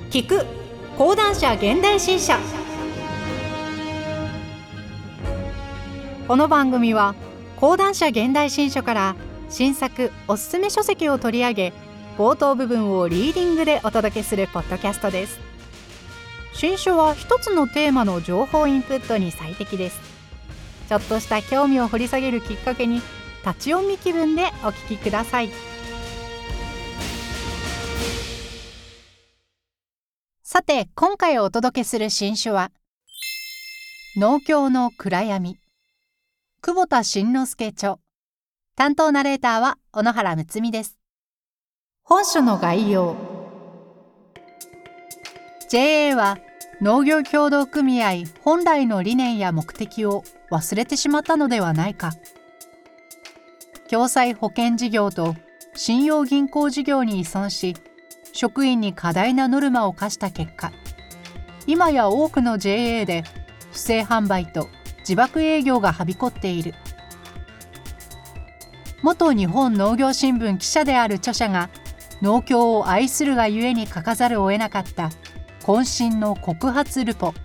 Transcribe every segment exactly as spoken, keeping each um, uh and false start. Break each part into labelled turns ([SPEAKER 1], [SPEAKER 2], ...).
[SPEAKER 1] 聞く講談社現代新社。この番組は講談社現代新書から新作おすすめ書籍を取り上げ、冒頭部分をリーディングでお届けするポッドキャストです。新書は一つのテーマの情報インプットに最適です。ちょっとした興味を掘り下げるきっかけに、立ち読み気分でお聞きください。さて、今回お届けする新書は農協の暗闇、久保田慎之介著。担当ナレーターは小野原睦美です。本書の概要。 ジェーエー は農業協同組合本来の理念や目的を忘れてしまったのではないか。共済保険事業と信用銀行事業に依存し、職員に過大なノルマを課した結果、今や多くの ジェーエー で不正販売と自爆営業がはびこっている。元日本農業新聞記者である著者が、農協を愛するがゆえに書かざるを得なかった渾身の告発ルポ。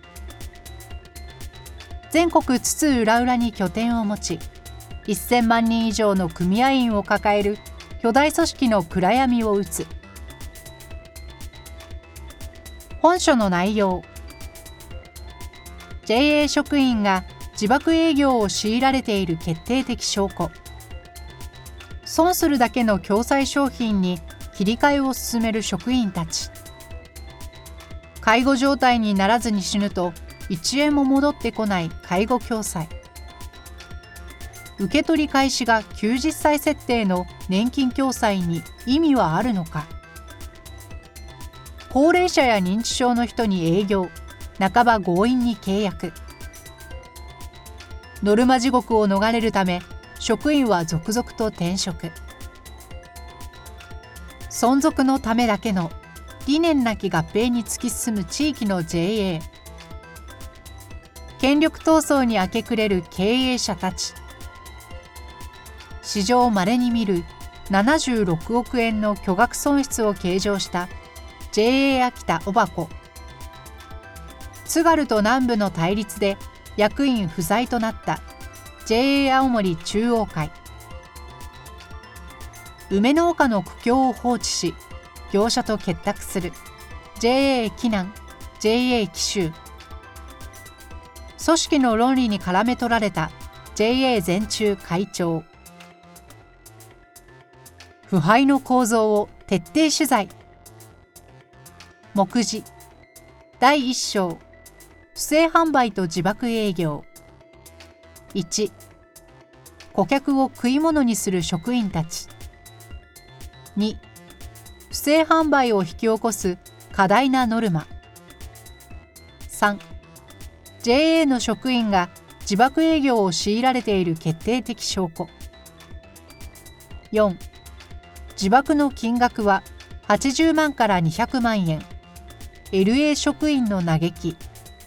[SPEAKER 1] 全国津々浦々に拠点を持ち、せんまんにん以上の組合員を抱える巨大組織の暗闇を打つ。本書の内容。 ジェーエー 職員が自爆営業を強いられている決定的証拠。損するだけの共済商品に切り替えを進める職員たち。介護状態にならずに死ぬといちえんも戻ってこない介護共済。受け取り開始がきゅうじゅっさい設定の年金共済に意味はあるのか。高齢者や認知症の人に営業、半ば強引に契約。ノルマ地獄を逃れるため、職員は続々と転職。存続のためだけの理念なき合併に突き進む地域の ジェーエー。権力闘争に明け暮れる経営者たち。史上稀に見るななじゅうろくおくえんの巨額損失を計上した ジェーエー 秋田小箱。津軽と南部の対立で役員不在となった ジェーエー 青森中央会。梅農家の苦境を放置し、業者と結託する ジェーエー 紀南、ジェーエー 紀州。組織の論理に絡め取られた ジェーエー 全中会長。腐敗の構造を徹底取材。目次だいいっ章、不正販売と自爆営業。いち、顧客を食い物にする職員たち。に、不正販売を引き起こす過大なノルマ。さん、ジェーエー の職員が自爆営業を強いられている決定的証拠。よん、自爆の金額ははちじゅうまんからにひゃくまんえん。エルエー 職員の嘆き。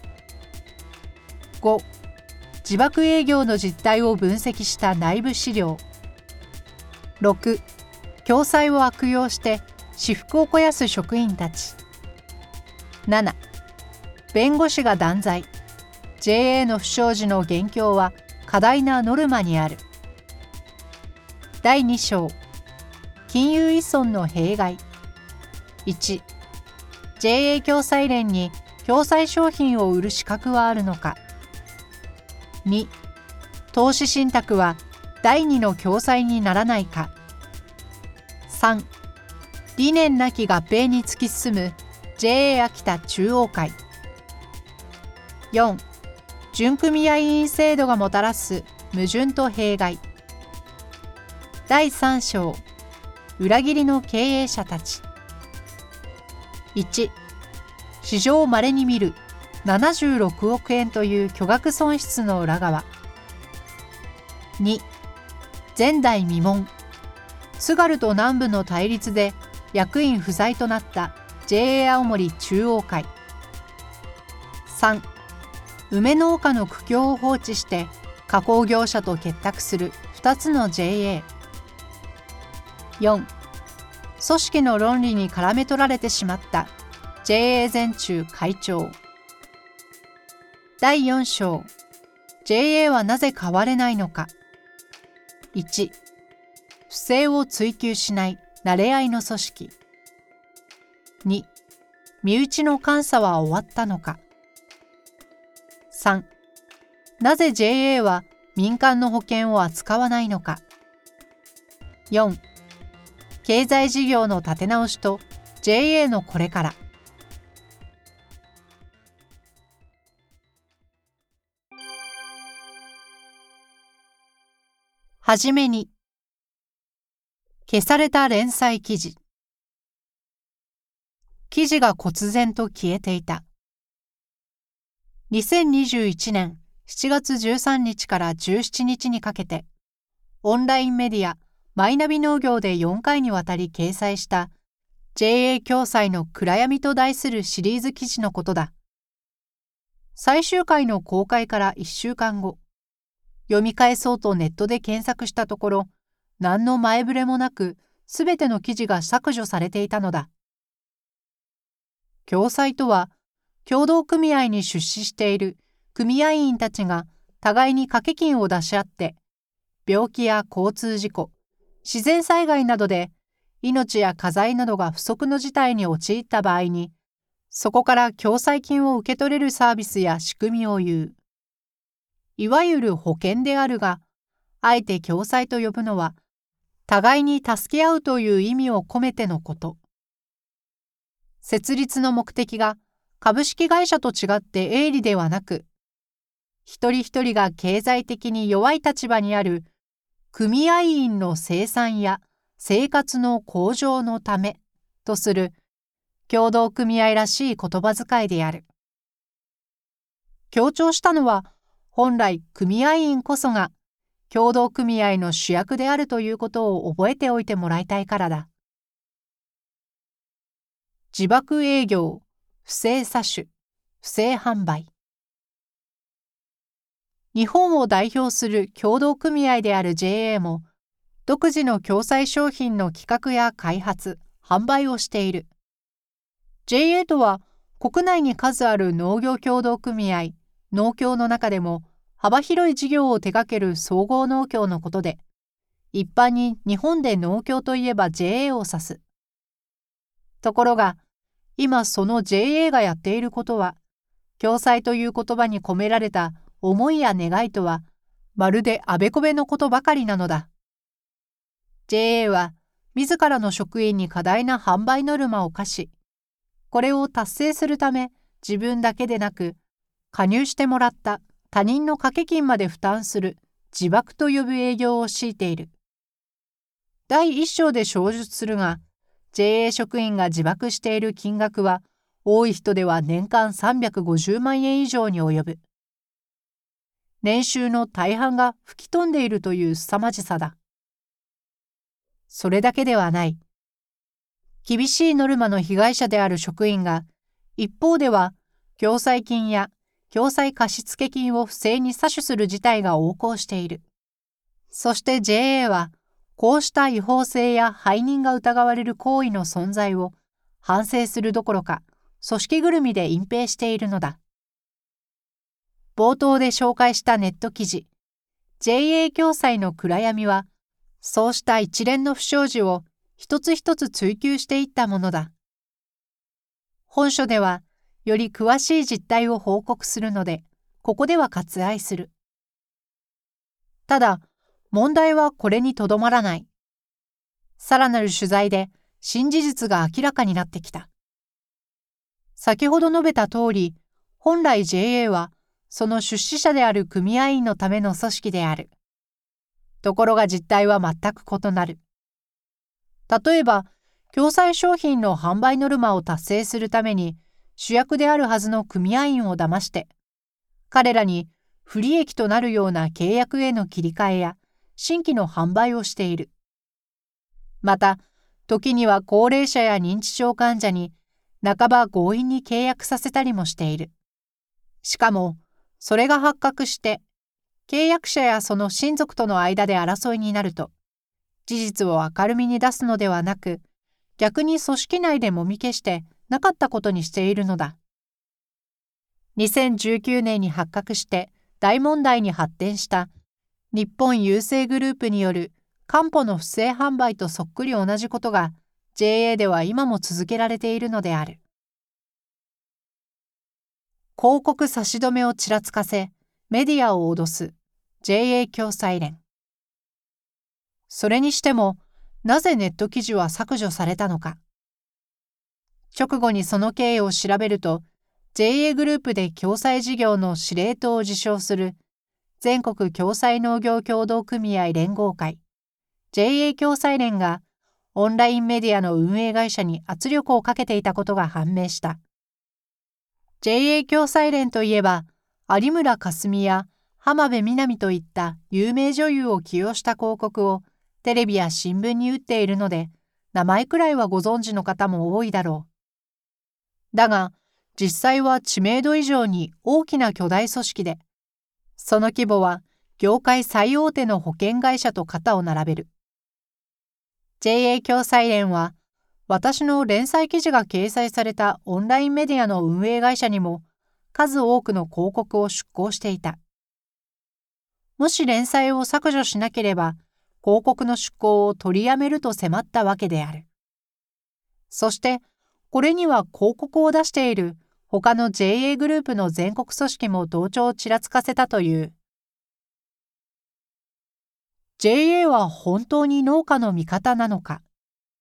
[SPEAKER 1] ご、自爆営業の実態を分析した内部資料。ろく、共済を悪用して私腹を肥やす職員たち。なな、弁護士が断罪。ジェーエー の不祥事の元凶は過大なノルマにある。だいに章、金融依存の弊害。いち、ジェーエー 共済連に共済商品を売る資格はあるのか。に、投資信託は第二の共済にならないか。さん、理念なき合併に突き進む ジェーエー 秋田中央会。よん、準組合員制度がもたらす矛盾と弊害。だいさん章、裏切りの経営者たち。いち、史上稀に見るななじゅうろくおくえんという巨額損失の裏側。に、前代未聞。津軽と南部の対立で役員不在となった ジェーエー 青森中央会。さん、梅農家の苦境を放置して加工業者と結託するふたつの ジェーエー。よん、組織の論理に絡め取られてしまったジェーエー 全中会長。だいよん章、ジェーエー はなぜ変われないのか。いち、不正を追求しない慣れ合いの組織。に、身内の監査は終わったのか。さん、なぜ ジェーエー は民間の保険を扱わないのか。よん、経済事業の立て直しと ジェーエー のこれから。はじめに、消された連載記事。記事が忽然と消えていた。にせんにじゅういちねんしちがつじゅうさんにちからじゅうしちにちにかけて、オンラインメディアマイナビ農業でよんかいにわたり掲載した ジェーエー 共済の暗闇と題するシリーズ記事のことだ。最終回の公開からいっしゅうかんご、読み返そうとネットで検索したところ、何の前触れもなくすべての記事が削除されていたのだ。共済とは、協同組合に出資している組合員たちが互いに掛け金を出し合って、病気や交通事故、自然災害などで命や家財などが不足の事態に陥った場合に、そこから共済金を受け取れるサービスや仕組みを言う。いわゆる保険であるが、あえて共済と呼ぶのは、互いに助け合うという意味を込めてのこと。設立の目的が株式会社と違って営利ではなく、一人一人が経済的に弱い立場にある組合員の生産や生活の向上のためとする協同組合らしい言葉遣いである。強調したのは、本来組合員こそが協同組合の主役であるということを覚えておいてもらいたいからだ。自爆営業、不正詐取、不正販売。日本を代表する協同組合である ジェーエー も、独自の共済商品の企画や開発、販売をしている。ジェーエー とは、国内に数ある農業協同組合、農協の中でも幅広い事業を手掛ける総合農協のことで、一般に日本で農協といえば ジェーエー を指す。ところが、今その ジェーエー がやっていることは、共済という言葉に込められた思いや願いとは、まるであべこべのことばかりなのだ。ジェーエー は、自らの職員に過大な販売ノルマを課し、これを達成するため、自分だけでなく、加入してもらった他人の掛け金まで負担する自爆と呼ぶ営業を強いている。だいいっ章で詳述するが、ジェーエー 職員が自爆している金額は、多い人では年間さんびゃくごじゅうまんえん以上に及ぶ。年収の大半が吹き飛んでいるという凄まじさだ。それだけではない。厳しいノルマの被害者である職員が、一方では、共済金や共済貸付金を不正に詐取する事態が横行している。そして ジェーエー は、こうした違法性や背任が疑われる行為の存在を反省するどころか、組織ぐるみで隠蔽しているのだ。冒頭で紹介したネット記事、ジェーエー 共済の暗闇は、そうした一連の不祥事を一つ一つ追求していったものだ。本書では、より詳しい実態を報告するので、ここでは割愛する。ただ、問題はこれにとどまらない。さらなる取材で新事実が明らかになってきた。先ほど述べた通り、本来 ジェーエー はその出資者である組合員のための組織である。ところが実態は全く異なる。例えば、共済商品の販売ノルマを達成するために、主役であるはずの組合員を騙して、彼らに不利益となるような契約への切り替えや新規の販売をしている。また、時には高齢者や認知症患者に半ば強引に契約させたりもしている。しかも、それが発覚して、契約者やその親族との間で争いになると、事実を明るみに出すのではなく、逆に組織内でもみ消してなかったことにしているのだ。にせんじゅうきゅうねんに発覚して大問題に発展した日本郵政グループによるかんぽの不正販売とそっくり同じことが ジェーエー では今も続けられているのである。広告差し止めをちらつかせ、メディアを脅す ジェーエー 共済連。それにしても、なぜネット記事は削除されたのか。直後にその経緯を調べると、ジェーエー グループで共済事業の司令塔を自称する全国共済農業協同組合連合会 ジェーエー 共済連がオンラインメディアの運営会社に圧力をかけていたことが判明した。ジェーエー 共済連といえば、有村架純や浜辺美波といった有名女優を起用した広告をテレビや新聞に打っているので、名前くらいはご存知の方も多いだろう。だが、実際は知名度以上に大きな巨大組織で、その規模は業界最大手の保険会社と肩を並べる。ジェーエー 共済連は、私の連載記事が掲載されたオンラインメディアの運営会社にも数多くの広告を出稿していた。もし連載を削除しなければ、広告の出稿を取りやめると迫ったわけである。そして、これには広告を出している他の ジェーエー グループの全国組織も同調をちらつかせたという。ジェーエー は本当に農家の味方なのか。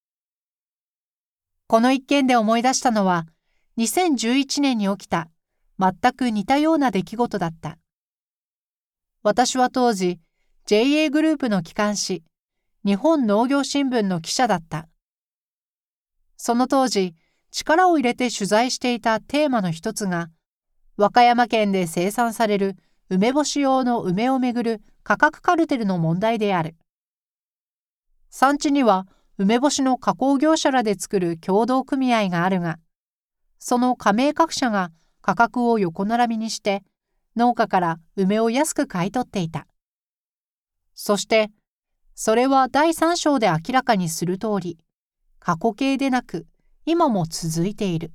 [SPEAKER 1] この一件で思い出したのは、にせんじゅういちねんに起きた全く似たような出来事だった。私は当時、ジェーエー グループの機関紙、日本農業新聞の記者だった。その当時、力を入れて取材していたテーマの一つが、和歌山県で生産される梅干し用の梅をめぐる価格カルテルの問題である。産地には梅干しの加工業者らで作る協同組合があるが、その加盟各社が価格を横並びにして、農家から梅を安く買い取っていた。そして、それはだいさん章で明らかにする通り、過去形でなく、今も続いている。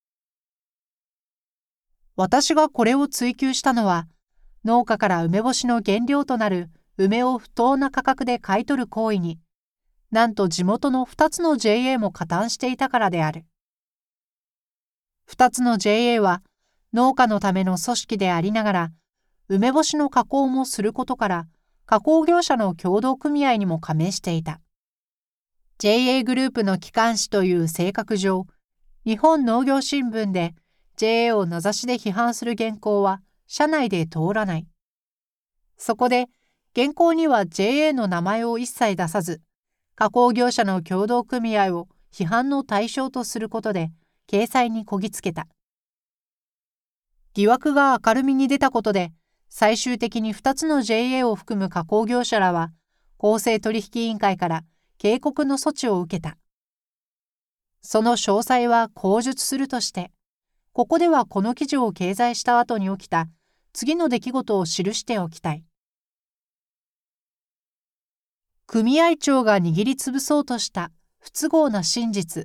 [SPEAKER 1] 私がこれを追求したのは、農家から梅干しの原料となる梅を不当な価格で買い取る行為に、なんと地元のふたつの ジェーエー も加担していたからである。ふたつの ジェーエー は農家のための組織でありながら、梅干しの加工もすることから、加工業者の協同組合にも加盟していた。ジェーエー グループの機関紙という性格上、日本農業新聞で ジェーエー を名指しで批判する原稿は社内で通らない。そこで原稿には ジェーエー の名前を一切出さず、加工業者の協同組合を批判の対象とすることで掲載にこぎつけた。疑惑が明るみに出たことで、最終的にふたつの ジェーエー を含む加工業者らは公正取引委員会から警告の措置を受けた。その詳細は口述するとして、ここではこの記事を掲載した後に起きた次の出来事を記しておきたい。組合長が握りつぶそうとした不都合な真実。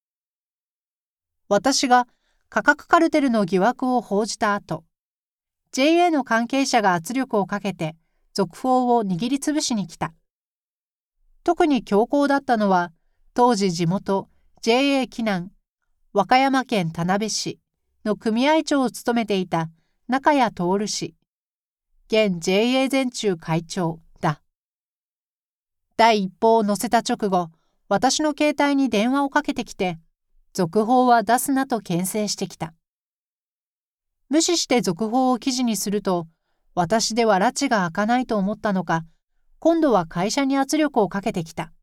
[SPEAKER 1] 私が価格カルテルの疑惑を報じた後、ジェーエー の関係者が圧力をかけて続報を握りつぶしに来た。特に強硬だったのは、当時地元 ジェーエー 紀南、和歌山県田辺市の組合長を務めていた中谷徹氏、現 ジェーエー 全中会長だ。第一報を載せた直後、私の携帯に電話をかけてきて、続報は出すなと牽制してきた。無視して続報を記事にすると、私では埒が明かないと思ったのか、今度は会社に圧力をかけてきた。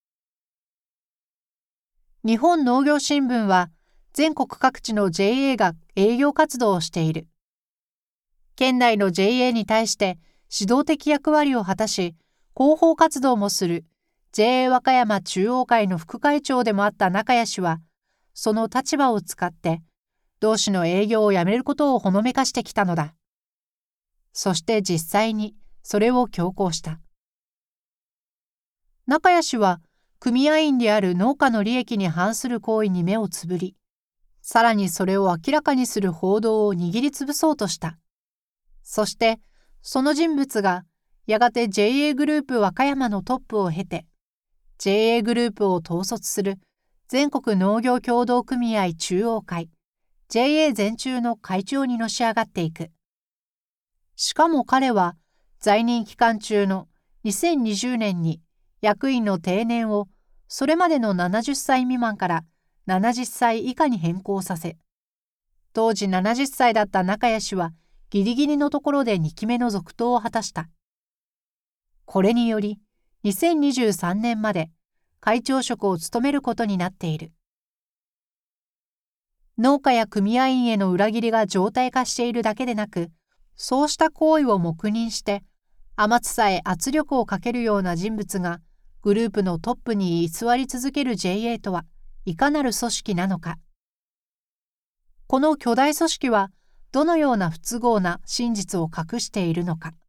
[SPEAKER 1] 日本農業新聞は全国各地の ジェーエー が営業活動をしている。県内の ジェーエー に対して指導的役割を果たし、広報活動もする ジェーエー 和歌山中央会の副会長でもあった中谷氏は、その立場を使って同氏の営業をやめることをほのめかしてきたのだ。そして実際にそれを強行した。中谷氏は組合員である農家の利益に反する行為に目をつぶり、 さらにそれを明らかにする報道を握りつぶそうとした。そして、その人物がやがて ジェイエー グループ和歌山のトップを経て、ジェイエー グループを統率する全国農業協同組合中央会、ジェイエー 全中の会長にのし上がっていく。しかも彼は在任期間中のにせんにじゅうねんに役員の定年をそれまでのななじゅっさい未満からななじゅっさい以下に変更させ、当時ななじゅっさいだった中谷氏はギリギリのところでにきめの続投を果たした。これによりにせんにじゅうさんねんまで会長職を務めることになっている。農家や組合員への裏切りが常態化しているだけでなく、そうした行為を黙認して天津さえ圧力をかけるような人物がグループのトップに居座り続ける ジェイエー とはいかなる組織なのか。この巨大組織はどのような不都合な真実を隠しているのか。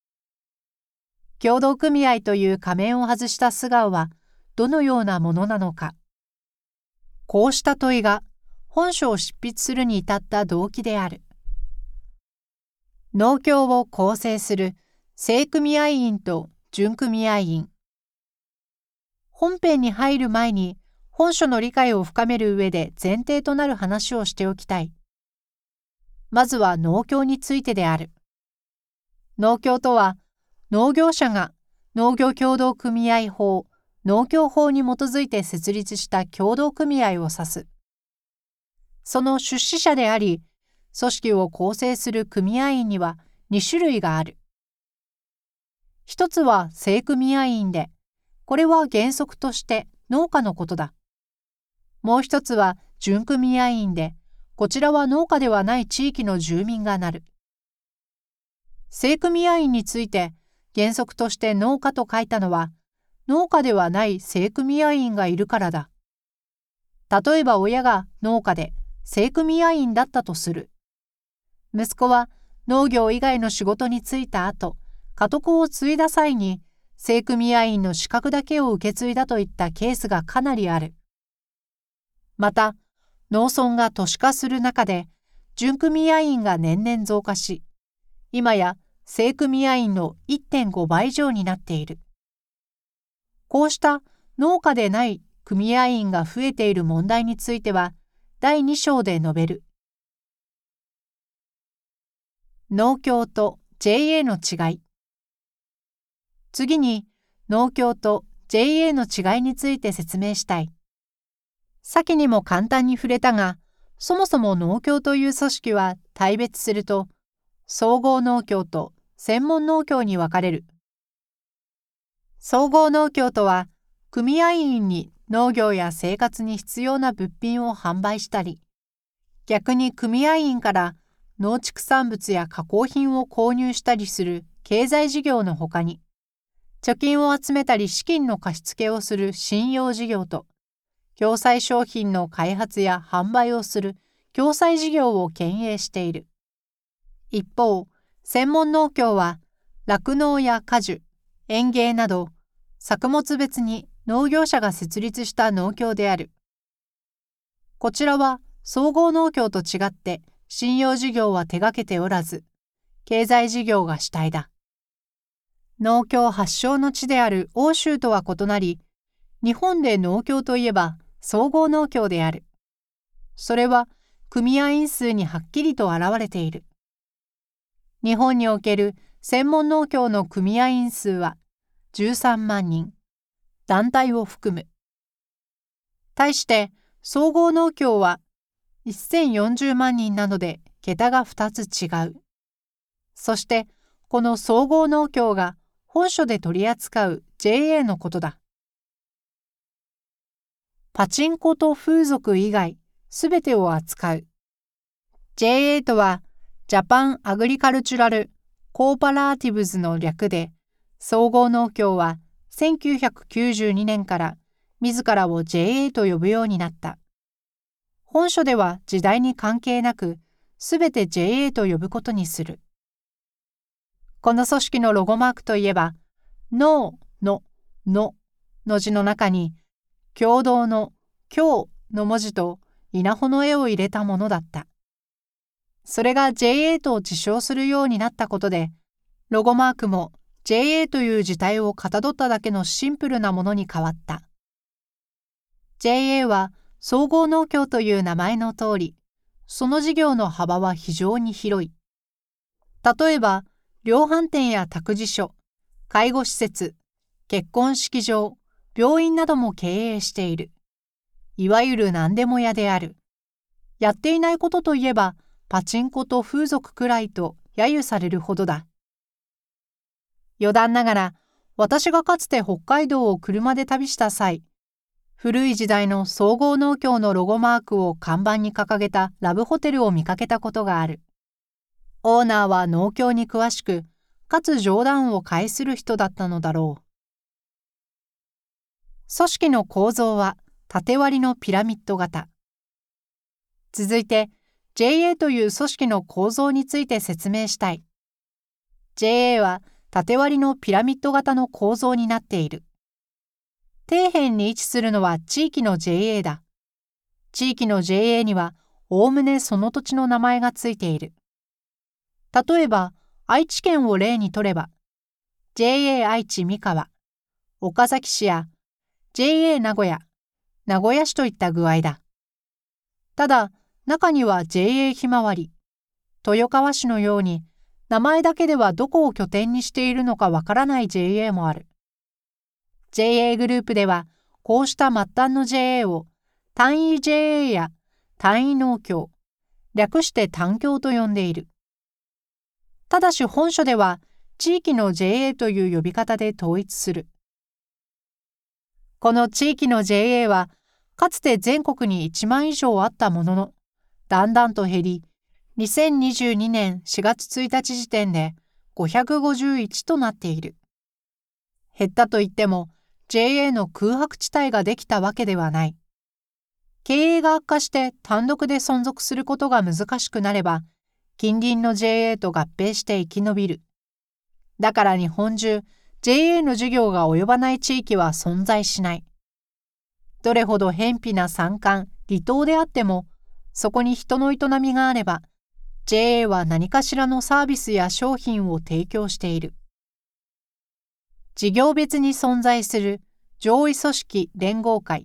[SPEAKER 1] 協同組合という仮面を外した素顔はどのようなものなのか。こうした問いが本書を執筆するに至った動機である。農協を構成する正組合員と準組合員。本編に入る前に本書の理解を深める上で前提となる話をしておきたい。まずは農協についてである。農協とは農業者が農業協同組合法、農協法に基づいて設立した協同組合を指す。その出資者であり、組織を構成する組合員にはに種類がある。一つは正組合員で、これは原則として農家のことだ。もう一つは準組合員で、こちらは農家ではない地域の住民がなる。正組合員について原則として農家と書いたのは、農家ではない正組合員がいるからだ。例えば親が農家で正組合員だったとする。息子は農業以外の仕事に就いた後、家督を継いだ際に正組合員の資格だけを受け継いだといったケースがかなりある。また、農村が都市化する中で、準組合員が年々増加し、今や正組合員の いってんご 倍以上になっている。こうした農家でない組合員が増えている問題については、だいに章で述べる。農協と ジェイエー の違い。次に、農協と ジェイエー の違いについて説明したい。先にも簡単に触れたが、そもそも農協という組織は大別すると、総合農協と専門農協に分かれる。総合農協とは、組合員に農業や生活に必要な物品を販売したり、逆に組合員から農畜産物や加工品を購入したりする経済事業のほかに、貯金を集めたり資金の貸し付けをする信用事業と、共済商品の開発や販売をする共済事業を牽引している。一方、専門農協は酪農や果樹、園芸など作物別に農業者が設立した農協である。こちらは総合農協と違って信用事業は手掛けておらず、経済事業が主体だ。農協発祥の地である欧州とは異なり、日本で農協といえば総合農協である。それは組合員数にはっきりと現れている。日本における専門農協の組合員数はじゅうさんまんにん、団体を含む。対して総合農協はせんよんじゅうまんにんなので桁がふたつ違う。そしてこの総合農協が本書で取り扱う ジェイエー のことだ。パチンコと風俗以外すべてを扱う。ジェイエー とはジャパンアグリカルチュラルコーパラーティブズの略で、総合農協はせんきゅうひゃくきゅうじゅうにねんから自らを ジェイエー と呼ぶようになった。本書では時代に関係なく、すべて ジェイエー と呼ぶことにする。この組織のロゴマークといえば、農ののの字の中に、共同の共の文字と稲穂の絵を入れたものだった。それが ジェーエー と自称するようになったことで、ロゴマークも ジェーエー という字体をかたどっただけのシンプルなものに変わった。ジェーエー は総合農協という名前の通り、その事業の幅は非常に広い。例えば、量販店や託児所、介護施設、結婚式場、病院なども経営している。いわゆる何でも屋である。やっていないことといえば、パチンコと風俗くらいと揶揄されるほどだ。余談ながら、私がかつて北海道を車で旅した際、古い時代の総合農協のロゴマークを看板に掲げたラブホテルを見かけたことがある。オーナーは農協に詳しく、かつ冗談を返する人だったのだろう。組織の構造は縦割りのピラミッド型。続いて、ジェーエー という組織の構造について説明したい。ジェーエー は縦割りのピラミッド型の構造になっている。底辺に位置するのは地域の ジェーエー だ。地域の ジェーエー にはおおむねその土地の名前がついている。例えば、愛知県を例にとれば、ジェーエー 愛知三河、岡崎市や ジェーエー 名古屋、名古屋市といった具合だ。ただ、中には ジェーエー ひまわり、豊川市のように、名前だけではどこを拠点にしているのかわからない ジェーエー もある。ジェーエー グループでは、こうした末端の ジェーエー を単位 ジェーエー や単位農協、略して単協と呼んでいる。ただし本書では、地域の ジェーエー という呼び方で統一する。この地域の ジェーエー は、かつて全国にいちまん以上あったものの、だんだんと減り、にせんにじゅうにねんしがつついたち時点でごひゃくごじゅういちとなっている。減ったといっても、ジェーエー の空白地帯ができたわけではない。経営が悪化して単独で存続することが難しくなれば、近隣の ジェーエー と合併して生き延びる。だから日本中、ジェーエー の事業が及ばない地域は存在しない。どれほど偏僻な山間、離島であっても、そこに人の営みがあれば、ジェーエー は何かしらのサービスや商品を提供している。事業別に存在する上位組織連合会。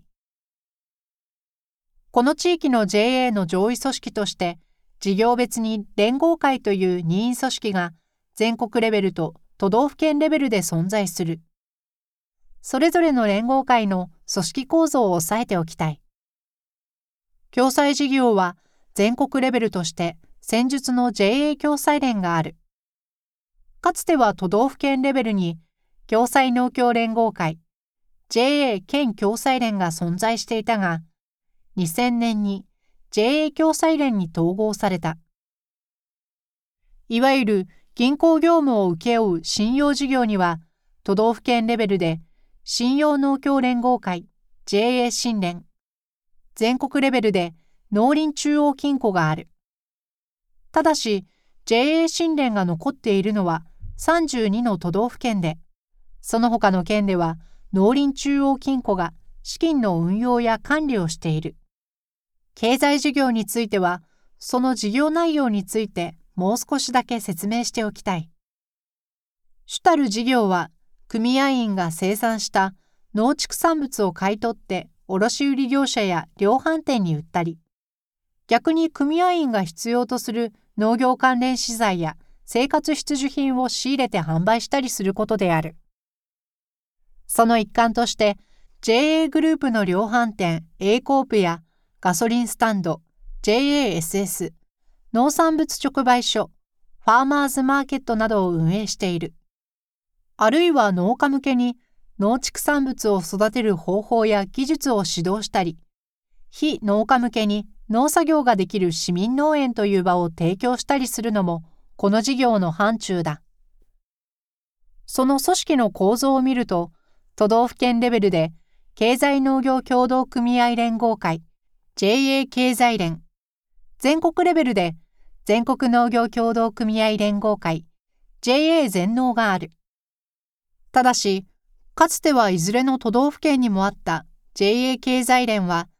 [SPEAKER 1] この地域の ジェーエー の上位組織として、事業別に連合会という任意組織が全国レベルと都道府県レベルで存在する。それぞれの連合会の組織構造を押さえておきたい。共済事業は全国レベルとして戦術の ジェーエー 共済連がある。かつては都道府県レベルに共済農協連合会、ジェーエー 県共済連が存在していたが、にせんねんに ジェーエー 共済連に統合された。いわゆる銀行業務を請け負う信用事業には、都道府県レベルで信用農協連合会、ジェーエー 信連、全国レベルで農林中央金庫がある。ただし、ジェーエー 信連が残っているのはさんじゅうにの都道府県で、その他の県では農林中央金庫が資金の運用や管理をしている。経済事業については、その事業内容についてもう少しだけ説明しておきたい。主たる事業は、組合員が生産した農畜産物を買い取って卸売業者や量販店に売ったり、逆に組合員が必要とする農業関連資材や生活必需品を仕入れて販売したりすることである。その一環として、ジェーエー グループの量販店 A コープやガソリンスタンド ジェーエーエスエス、農産物直売所、ファーマーズマーケットなどを運営している。あるいは農家向けに農畜産物を育てる方法や技術を指導したり、非農家向けに農作業ができる市民農園という場を提供したりするのもこの事業の範疇だ。その組織の構造を見ると、都道府県レベルで経済農業協同組合連合会 ジェーエー 経済連、全国レベルで全国農業協同組合連合会 ジェーエー 全農がある。ただし、かつてはいずれの都道府県にもあった ジェーエー 経済連は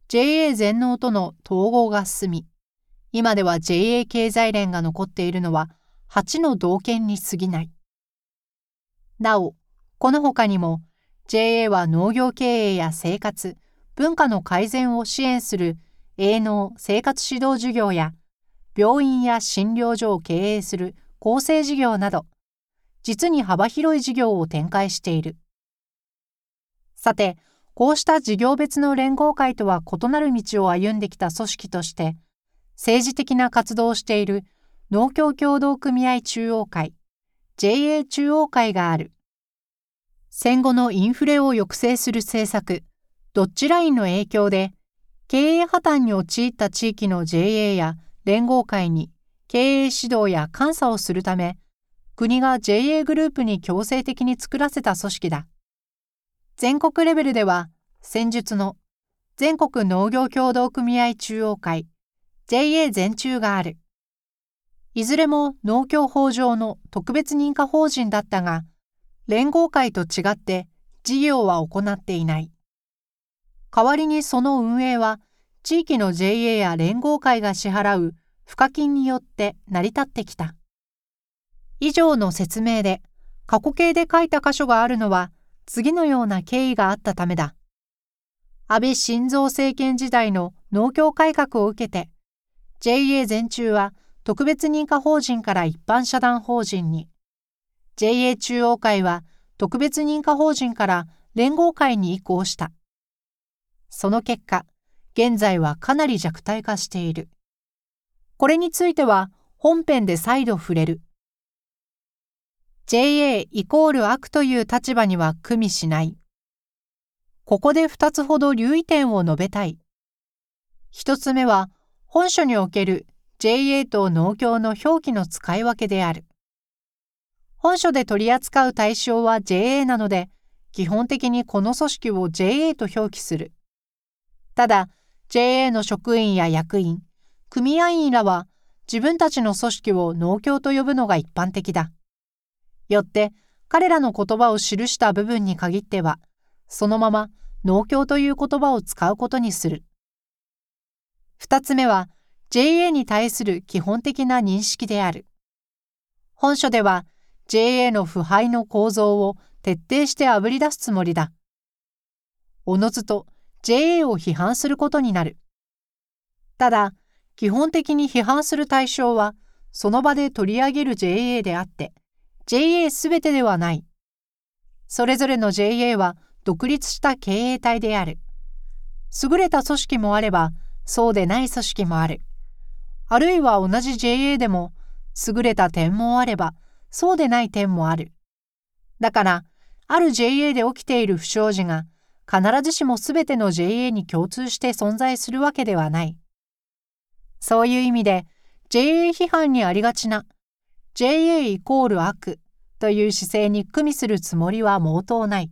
[SPEAKER 1] ジェイエー 全農との統合が進み、今では ジェイエー 経済連が残っているのははちの道県に過ぎない。なお、この他にも ジェイエー は農業経営や生活、文化の改善を支援する営農・生活指導事業や病院や診療所を経営する公正事業など、実に幅広い事業を展開している。さて、こうした事業別の連合会とは異なる道を歩んできた組織として、政治的な活動をしている農協協同組合中央会、ジェイエー 中央会がある。戦後のインフレを抑制する政策、ドッジラインの影響で、経営破綻に陥った地域の ジェイエー や連合会に経営指導や監査をするため、国が ジェイエー グループに強制的に作らせた組織だ。全国レベルでは、先述の全国農業協同組合中央会、ジェイエー 全中がある。いずれも農協法上の特別認可法人だったが、連合会と違って事業は行っていない。代わりにその運営は、地域の ジェイエー や連合会が支払う賦課金によって成り立ってきた。以上の説明で、過去形で書いた箇所があるのは、次のような経緯があったためだ。安倍晋三政権時代の農協改革を受けて、ジェイエー 全中は特別認可法人から一般社団法人に、ジェイエー 中央会は特別認可法人から連合会に移行した。その結果、現在はかなり弱体化している。これについては本編で再度触れる。ジェイエー イコール悪という立場には組みしない。ここで二つほど留意点を述べたい。一つ目は、本書における ジェイエー と農協の表記の使い分けである。本書で取り扱う対象は ジェイエー なので、基本的にこの組織を ジェイエー と表記する。ただ、ジェイエー の職員や役員、組合員らは自分たちの組織を農協と呼ぶのが一般的だ。よって、彼らの言葉を記した部分に限っては、そのまま農協という言葉を使うことにする。二つ目は、ジェイエー に対する基本的な認識である。本書では、ジェイエー の腐敗の構造を徹底してあぶり出すつもりだ。おのずと ジェイエー を批判することになる。ただ、基本的に批判する対象は、その場で取り上げる ジェイエー であって、ジェイエー すべてではない。それぞれの ジェイエー は独立した経営体である。優れた組織もあれば、そうでない組織もある。あるいは同じ ジェイエー でも、優れた点もあれば、そうでない点もある。だから、ある ジェイエー で起きている不祥事が、必ずしもすべての ジェイエー に共通して存在するわけではない。そういう意味で、ジェイエー 批判にありがちな、ジェイエー イコール悪という姿勢に組みするつもりは毛頭ない。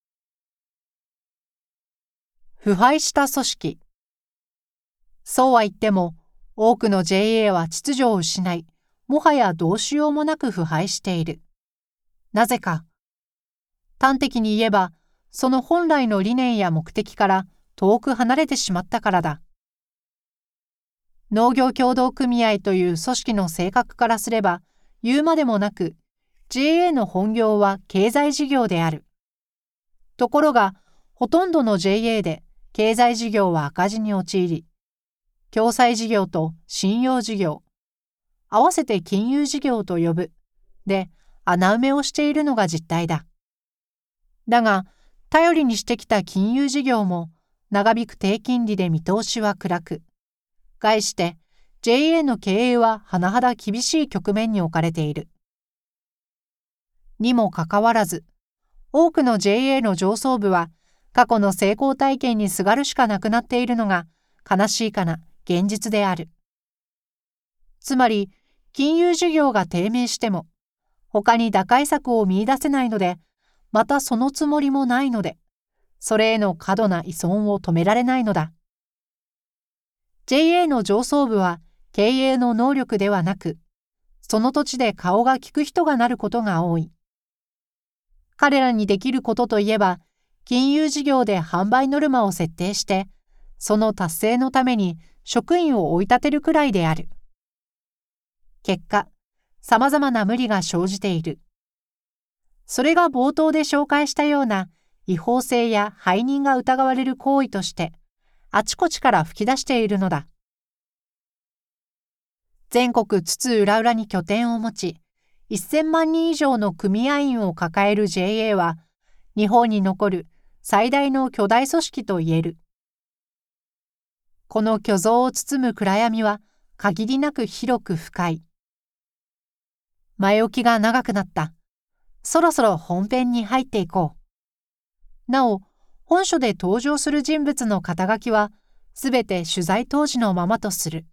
[SPEAKER 1] 腐敗した組織。そうは言っても、多くの ジェイエー は秩序を失い、もはやどうしようもなく腐敗している。なぜか。端的に言えば、その本来の理念や目的から遠く離れてしまったからだ。農業協同組合という組織の性格からすれば、言うまでもなく、ジェイエー の本業は経済事業である。ところが、ほとんどの ジェイエー で経済事業は赤字に陥り、共済事業と信用事業、合わせて金融事業と呼ぶ、で、穴埋めをしているのが実態だ。だが、頼りにしてきた金融事業も、長引く低金利で見通しは暗く、概して ジェイエー の経営は甚だ厳しい局面に置かれている。にもかかわらず、多くの ジェイエー の上層部は、過去の成功体験にすがるしかなくなっているのが、悲しいかな現実である。つまり、金融事業が低迷しても、他に打開策を見出せないので、またそのつもりもないので、それへの過度な依存を止められないのだ。ジェイエー の上層部は経営の能力ではなく、その土地で顔が利く人がなることが多い。彼らにできることといえば、金融事業で販売ノルマを設定して、 その達成のために職員を追い立てるくらいである。結果、さまざまな無理が生じている。それが冒頭で紹介したような違法性や背任が疑われる行為として、あちこちから噴き出しているのだ。全国津々浦々に拠点を持ち、せんまんにん以上の組合員を抱える ジェイエー は、日本に残る最大の巨大組織と言える。この巨像を包む暗闇は限りなく広く深い。前置きが長くなった。そろそろ本編に入っていこう。なお、本書で登場する人物の肩書きは、すべて取材当時のままとする。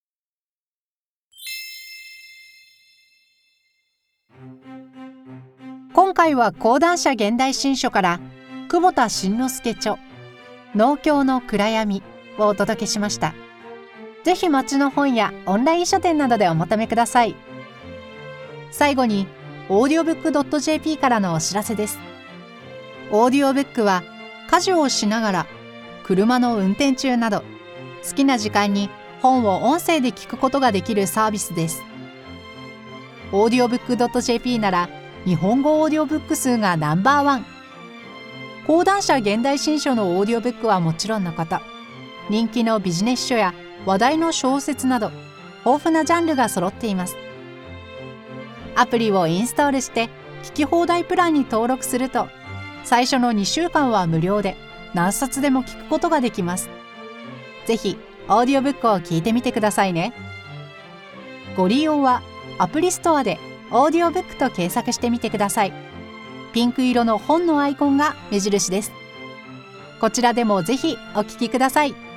[SPEAKER 1] 今回は講談社現代新書から久保田新之助著農協の暗闇をお届けしました。ぜひ町の本やオンライン書店などでお求めください。最後にオーディオブックドットジェーピー からのお知らせです。オーディオブックは家事をしながら、車の運転中など好きな時間に本を音声で聞くことができるサービスです。オーディオブックドットジェーピー なら日本語オーディオブック数がナンバーワン。講談社現代新書のオーディオブックはもちろんのこと、人気のビジネス書や話題の小説など豊富なジャンルが揃っています。アプリをインストールして聞き放題プランに登録すると、最初のにしゅうかんは無料で何冊でも聞くことができます。ぜひオーディオブックを聞いてみてくださいね。ご利用はアプリストアでオーディオブックと検索してみてください。ピンク色の本のアイコンが目印です。こちらでもぜひお聞きください。